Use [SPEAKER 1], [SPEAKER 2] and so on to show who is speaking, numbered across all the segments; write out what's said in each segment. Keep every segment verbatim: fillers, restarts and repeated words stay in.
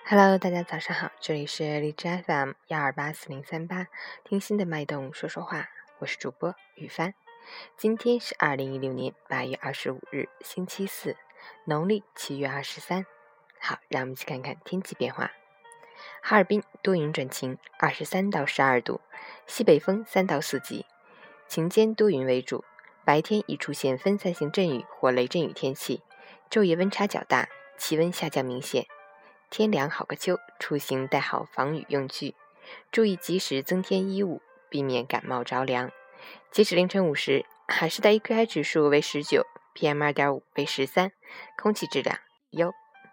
[SPEAKER 1] Hello， 大家早上好，这里是荔枝 F M 幺二八四零三八，听心的脉动说说话，我是主播雨帆。今天是二零一六年八月二十五日，星期四，农历七月二十三。好，让我们一起看看天气变化。哈尔滨多云转晴，二十三到十二度，西北风三到四级，晴间多云为主，白天易出现分散性阵雨或雷阵雨天气，昼夜温差较大，气温下降明显。天凉好个秋，出行带好防雨用具，注意及时增添衣物，避免感冒着凉。截止凌晨五时，海市的 A Q I 指数为十九 ，P M 二点五 为十三，空气质量优。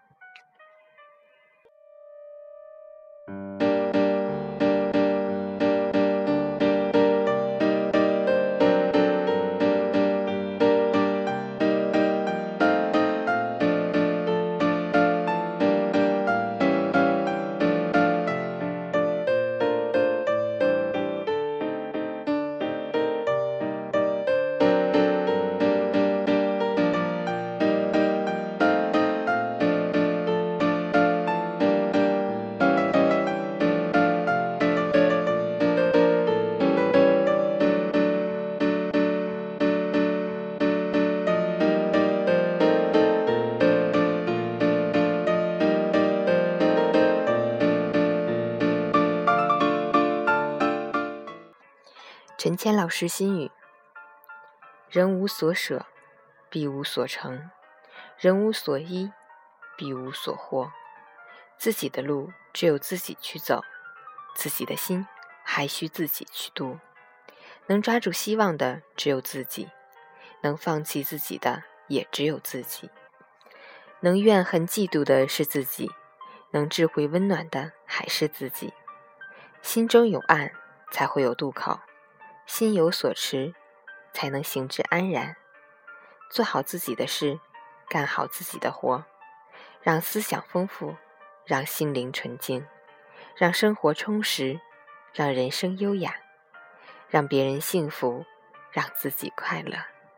[SPEAKER 1] 陈谦老师心语：人无所舍，必无所成；人无所依，必无所获。自己的路只有自己去走，自己的心还需自己去渡。能抓住希望的只有自己，能放弃自己的也只有自己。能怨恨嫉妒的是自己，能智慧温暖的还是自己。心中有岸，才会有渡口。心有所持，才能行之安然。做好自己的事，干好自己的活，让思想丰富，让心灵纯净，让生活充实，让人生优雅，让别人幸福，让自己快乐。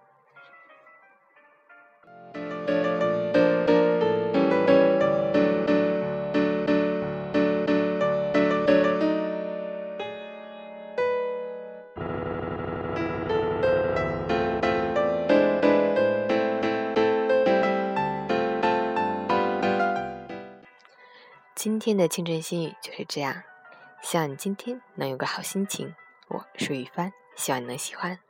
[SPEAKER 1] 今天的清晨心语就是这样，希望你今天能有个好心情。我是雨帆，希望你能喜欢。